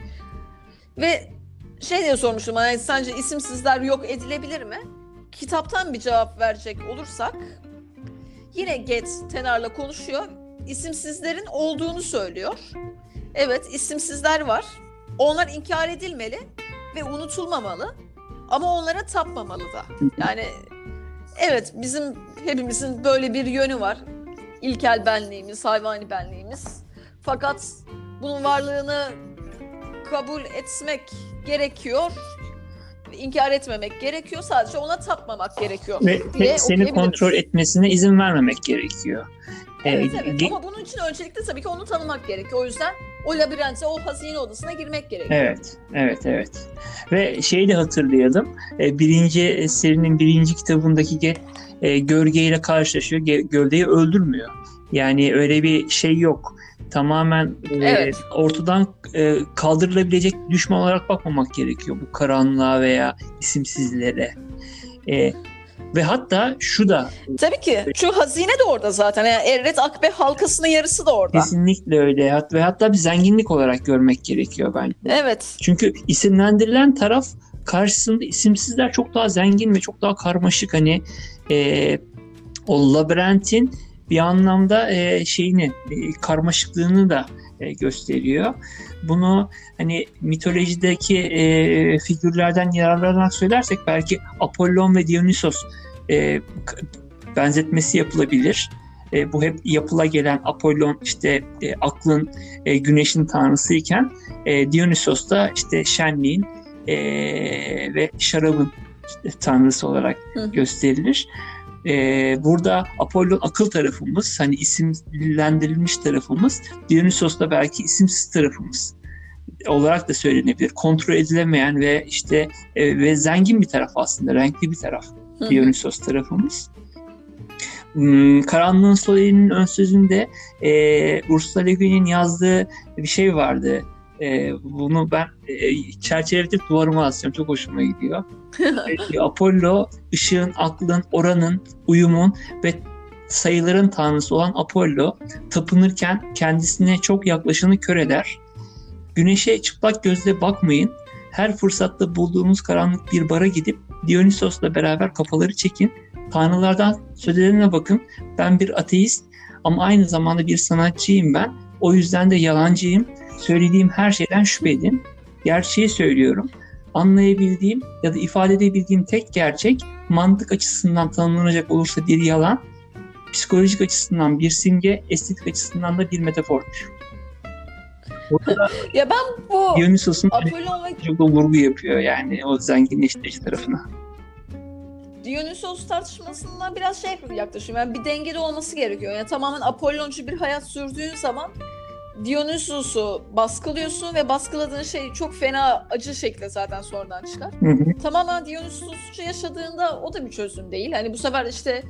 Ve şey diye sormuştum, yani sence isimsizler yok edilebilir mi? Kitaptan bir cevap verecek olursak yine Ged Tenar'la konuşuyor. İsimsizlerin olduğunu söylüyor. Evet, isimsizler var. Onlar inkar edilmeli ve unutulmamalı. Ama onlara tapmamalı da. Yani evet, bizim hepimizin böyle bir yönü var. İlkel benliğimiz, hayvani benliğimiz. Fakat bunun varlığını kabul etmek gerekiyor. İnkar etmemek gerekiyor. Sadece ona tapmamak gerekiyor. Ve diye seni kontrol etmesine izin vermemek gerekiyor. Evet, ee, evet. Ge- Ama bunun için öncelikle tabii ki onu tanımak gerekiyor. O yüzden o labirente, o hazine odasına girmek gerekiyor. Evet, evet, evet. Ve şeyi de hatırlayalım. Birinci serinin birinci kitabındaki Ged e, gölgeyle karşılaşıyor. Gölgeyi öldürmüyor. Yani öyle bir şey yok. Tamamen Evet. e, ortadan e, kaldırılabilecek düşman olarak bakmamak gerekiyor bu karanlığa veya isimsizlere. E, Ve hatta şu da Tabii ki. Şu hazine de orada zaten. Yani Erret Akbe halkasının yarısı da orada. kesinlikle öyle. Hat- Ve hatta bir zenginlik olarak görmek gerekiyor bence. Evet. Çünkü isimlendirilen taraf karşısında isimsizler çok daha zengin ve çok daha karmaşık. Hani e, o labirentin bir anlamda e, şeyini, e, karmaşıklığını da e, gösteriyor. Bunu hani mitolojideki e, figürlerden yararlanarak söylersek belki Apollon ve Dionysos e, k- benzetmesi yapılabilir. E, bu hep yapıla gelen Apollon işte e, aklın, e, güneşin tanrısıyken e, Dionysos da işte şenliğin e, ve şarabın işte tanrısı olarak Hı hı. gösterilir. Ee, burada Apollon akıl tarafımız, hani isimlendirilmiş tarafımız, Dionysos da belki isimsiz tarafımız olarak da söylenebilir. Kontrol edilemeyen ve işte e, ve zengin bir taraf aslında, renkli bir taraf Hı hı. Dionysos tarafımız. Hmm, Karanlığın Soleil'in ön sözünde e, Ursula Le Guin'in yazdığı bir şey vardı. E, bunu ben e, çerçeveletip duvarıma asıyorum. Çok hoşuma gidiyor. E, Apollo, ışığın, aklın, oranın, uyumun ve sayıların tanrısı olan Apollo, tapınırken kendisine çok yaklaşanı kör eder. Güneşe çıplak gözle bakmayın. Her fırsatta bulduğunuz karanlık bir bara gidip Dionysos'la beraber kafaları çekin. Tanrılardan sözlerine bakın. Ben bir ateist ama aynı zamanda bir sanatçıyım ben. O yüzden de yalancıyım. Söylediğim her şeyden şüphe edin. Gerçeği söylüyorum. Anlayabildiğim ya da ifade edebildiğim tek gerçek, mantık açısından tanımlanacak olursa bir yalan, psikolojik açısından bir simge, estetik açısından da bir metafordur. Burada Ya ben bu Dionysos'un Apollon ve çok da vurgu yapıyor yani o zenginleştirici tarafına. Dionysos tartışmasına biraz şey yaklaşıyorum. Yani bir dengede olması gerekiyor. Yani tamamen Apolloncu bir hayat sürdüğün zaman Dionysos'u baskılıyorsun ve baskıladığın şey çok fena acı şekilde zaten sonradan çıkar. Hı hı. Tamamen Dionysos'cu yaşadığında o da bir çözüm değil. Hani bu sefer işte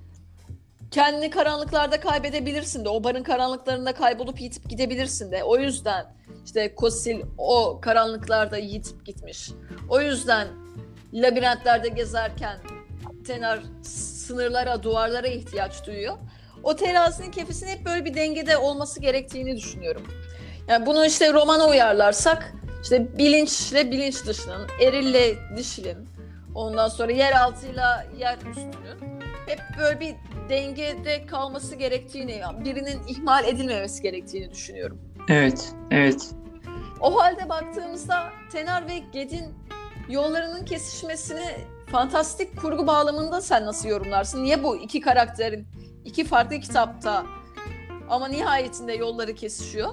kendini karanlıklarda kaybedebilirsin de, o barın karanlıklarında kaybolup yitip gidebilirsin de. O yüzden işte Kosil o karanlıklarda yitip gitmiş. O yüzden labirentlerde gezerken Tenar sınırlara, duvarlara ihtiyaç duyuyor. O terazinin kefesinin hep böyle bir dengede olması gerektiğini düşünüyorum. Yani bunu işte romana uyarlarsak işte bilinçle bilinç dışının, erille dişilin, ondan sonra yeraltıyla yer üstünün hep böyle bir dengede kalması gerektiğini, birinin ihmal edilmemesi gerektiğini düşünüyorum. Evet, evet. O halde baktığımızda Tenar ve Ged'in yollarının kesişmesini fantastik kurgu bağlamında sen nasıl yorumlarsın? Niye bu iki karakterin iki farklı kitapta ama nihayetinde yolları kesişiyor?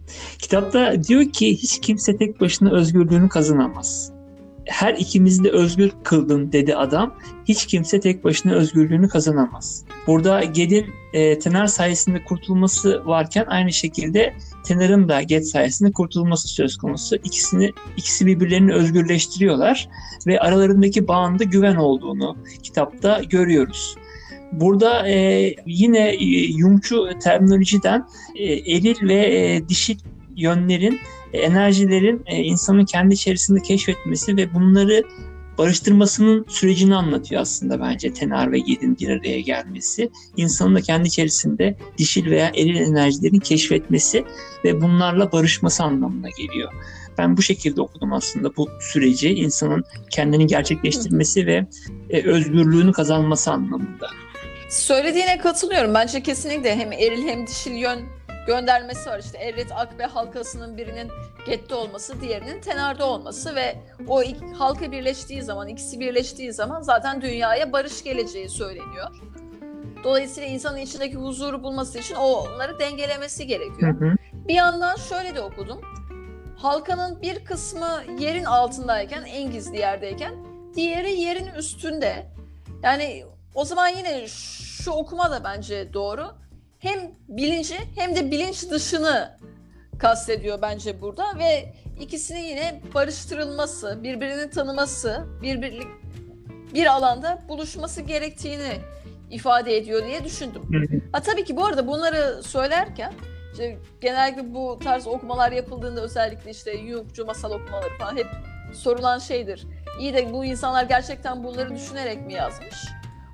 Kitapta diyor ki hiç kimse tek başına özgürlüğünü kazanamaz. Her ikimizi de özgür kıldın dedi adam. Hiç kimse tek başına özgürlüğünü kazanamaz. Burada Ged'in e, Tenar sayesinde kurtulması varken aynı şekilde Tenar'ın da Ged sayesinde kurtulması söz konusu. İkisini, ikisi birbirlerini özgürleştiriyorlar ve aralarındaki bağında güven olduğunu kitapta görüyoruz. Burada e, yine e, Jungçu terminolojiden e, eril ve e, dişil yönlerin, e, enerjilerin e, insanın kendi içerisinde keşfetmesi ve bunları barıştırmasının sürecini anlatıyor aslında bence Tenar ve Ged'in bir araya gelmesi. İnsanın da kendi içerisinde dişil veya eril enerjilerin keşfetmesi ve bunlarla barışması anlamına geliyor. Ben bu şekilde okudum aslında bu süreci, insanın kendini gerçekleştirmesi ve e, özgürlüğünü kazanması anlamında. Söylediğine katılıyorum. Bence kesinlikle hem eril hem dişil yön göndermesi var. İşte Erret Akbe halkasının birinin Ged'de olması, diğerinin Tenar'da olması ve o iki, halka birleştiği zaman, ikisi birleştiği zaman zaten dünyaya barış geleceği söyleniyor. Dolayısıyla insanın içindeki huzuru bulması için onları dengelemesi gerekiyor. Hı hı. Bir yandan şöyle de okudum. Halkanın bir kısmı yerin altındayken, en gizli yerdeyken, diğeri yerin üstünde. Yani o zaman yine şu okuma da bence doğru. Hem bilinci hem de bilinç dışını kastediyor bence burada ve ikisinin yine barıştırılması, birbirini tanıması, birbirlik bir alanda buluşması gerektiğini ifade ediyor diye düşündüm. Ha tabii ki bu arada bunları söylerken işte genellikle bu tarz okumalar yapıldığında özellikle işte Jungçu masal okumaları falan hep sorulan şeydir. İyi de bu insanlar gerçekten bunları düşünerek mi yazmış?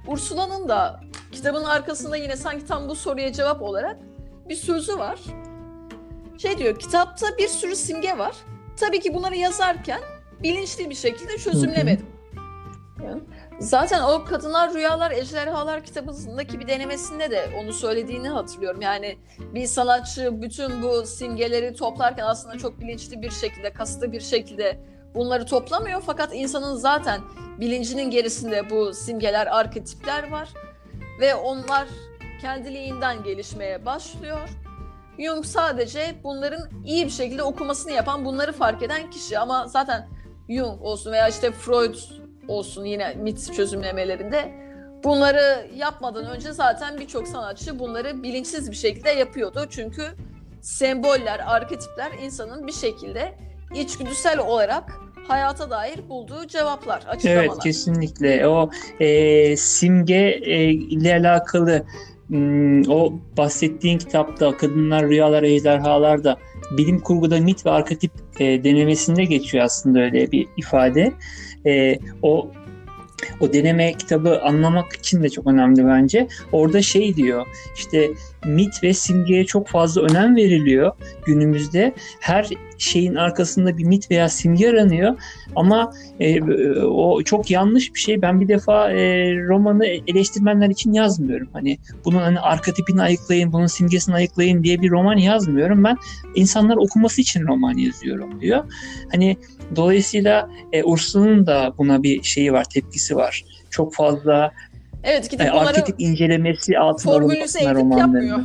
Ursula'nın da kitabın arkasında yine sanki tam bu soruya cevap olarak bir sözü var. Şey diyor, kitapta bir sürü simge var. Tabii ki bunları yazarken bilinçli bir şekilde çözümlemedim. Yani zaten o Kadınlar Rüyalar Ejderhalar kitabındaki bir denemesinde de onu söylediğini hatırlıyorum. Yani bir sanatçı bütün bu simgeleri toplarken aslında çok bilinçli bir şekilde, kasıtlı bir şekilde bunları toplamıyor. Fakat insanın zaten bilincinin gerisinde bu simgeler, arketipler var. Ve onlar kendiliğinden gelişmeye başlıyor. Jung sadece bunların iyi bir şekilde okumasını yapan, bunları fark eden kişi. Ama zaten Jung olsun veya işte Freud olsun yine mit çözümlemelerinde bunları yapmadan önce zaten birçok sanatçı bunları bilinçsiz bir şekilde yapıyordu. Çünkü semboller, arketipler insanın bir şekilde içgüdüsel olarak hayata dair bulduğu cevaplar, açıklamalar. Evet, kesinlikle. O e, simge e, ile alakalı m, o bahsettiğin kitapta Kadınlar Rüyalar Ejderhalar da bilim kurguda mit ve arketip e, denemesinde geçiyor aslında öyle bir ifade. E, o o deneme kitabı anlamak için de çok önemli bence. Orada şey diyor, işte mit ve simgeye çok fazla önem veriliyor günümüzde. Her şeyin arkasında bir mit veya simge aranıyor. Ama e, o çok yanlış bir şey. Ben bir defa e, romanı eleştirmenler için yazmıyorum. Hani bunun hani arketipini ayıklayın, bunun simgesini ayıklayın diye bir roman yazmıyorum. Ben insanlar okuması için roman yazıyorum diyor. Hani dolayısıyla e, Ursula'nın da buna bir şeyi var, tepkisi var. Çok fazla evet, gidip e, bunları arketip incelemesi altında formülize edip romanlarını yapmıyor.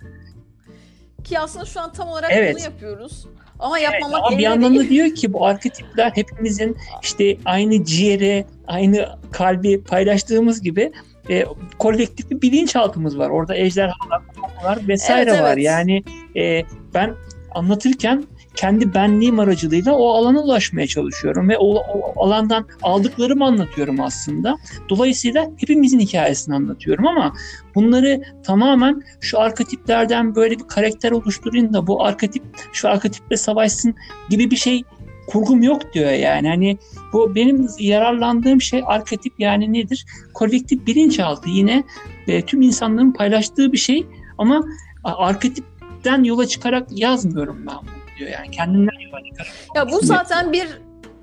Ki aslında şu an tam olarak evet. bunu yapıyoruz. Ama yapmamak evet, ama bir yandan da diyor ki bu arketipler hepimizin işte aynı ciğeri, aynı kalbi paylaştığımız gibi e, kolektif bir bilinçaltımız var. Orada ejderhalar, korkular vesaire evet, var. evet. Yani e, ben anlatırken kendi benliğim aracılığıyla o alana ulaşmaya çalışıyorum ve o, o alandan aldıklarımı anlatıyorum aslında. Dolayısıyla hepimizin hikayesini anlatıyorum ama bunları tamamen şu arketiplerden böyle bir karakter oluşturayım da bu arketip şu arketiple savaşsın gibi bir şey kurgum yok diyor yani. Hani bu benim yararlandığım şey arketip, yani nedir? Kolektif bilinçaltı, yine e, tüm insanların paylaştığı bir şey ama arketipten yola çıkarak yazmıyorum ben bunu diyor. Yani kendinden yola çıkarak. Ya bu zaten bir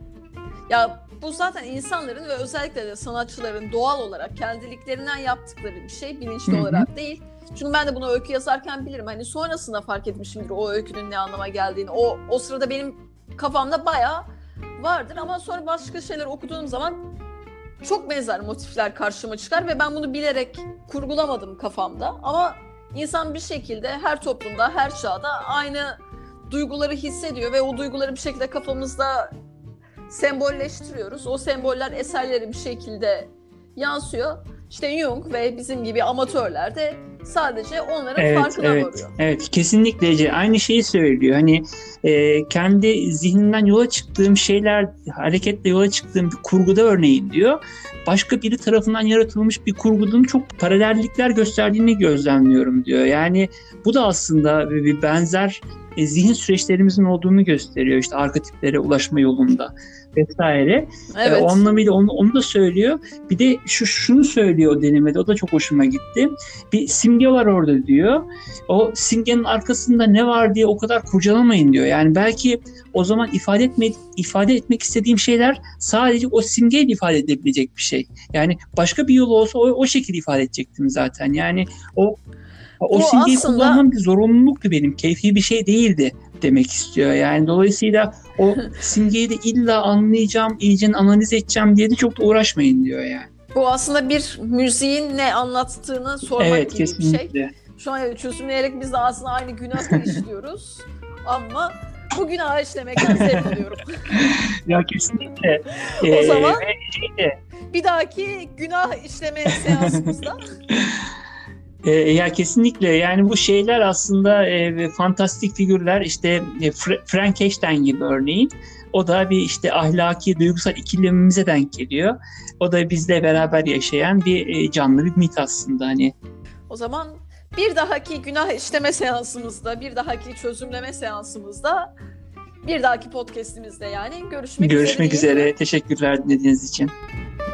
ya bu zaten insanların ve özellikle de sanatçıların doğal olarak kendiliklerinden yaptıkları bir şey, bilinçli Hı-hı. olarak değil. Çünkü ben de bunu öykü yazarken bilirim. Hani sonrasında fark etmişimdir o öykünün ne anlama geldiğini. O o sırada benim kafamda bayağı vardır ama sonra başka şeyler okuduğum zaman çok benzer motifler karşıma çıkar ve ben bunu bilerek kurgulamadım kafamda. Ama insan bir şekilde her toplumda, her çağda aynı duyguları hissediyor ve o duyguları bir şekilde kafamızda sembolleştiriyoruz. O semboller eserleri bir şekilde yansıyor. İşte Jung ve bizim gibi amatörler de sadece onların evet, farkına evet, varıyor. Evet, kesinlikle Ece. Aynı şeyi söylüyor. Hani e, kendi zihninden yola çıktığım şeyler, hareketle yola çıktığım bir kurguda örneğin diyor. Başka biri tarafından yaratılmış bir kurgunun çok paralellikler gösterdiğini gözlemliyorum diyor. Yani bu da aslında bir benzer e, zihin süreçlerimizin olduğunu gösteriyor. İşte arketiplere ulaşma yolunda vesaire. Evet. E, o anlamıyla onu, onu da söylüyor. Bir de şu şunu söylüyor o denemede. O da çok hoşuma gitti. Bir simge var orada diyor. O simgenin arkasında ne var diye o kadar kurcalamayın diyor. Yani belki o zaman ifade etme, ifade etmek istediğim şeyler sadece o simgeyle ifade edebilecek bir şey. Yani başka bir yol olsa o, o şekilde ifade edecektim zaten. Yani o o Bu simgeyi aslında kullanmam bir zorunluluktu benim. Keyfi bir şey değildi demek istiyor. Yani dolayısıyla o simgeyi de illa anlayacağım, iyice analiz edeceğim diye de çok da uğraşmayın diyor yani. Bu aslında bir müziğin ne anlattığını sormak Evet, gibi kesinlikle. bir şey. Şu an çözümleyerek biz de aslında aynı günahı işliyoruz. Ama bu günahı işlemekten zevk alıyorum. Ya kesinlikle. O Ee, zaman şeyde, bir dahaki günah işleme seansımızda e, ya kesinlikle yani bu şeyler aslında e, fantastik figürler, işte e, Fra- Frankenstein gibi örneğin. O da bir işte ahlaki, duygusal ikilemimize denk geliyor. O da bizle beraber yaşayan bir e, canlı bir mit aslında hani. o zaman bir dahaki günah işleme seansımızda, bir dahaki çözümleme seansımızda, bir dahaki podcast'imizde yani görüşmek, Görüşmek üzere. üzere. Teşekkürler dinlediğiniz için.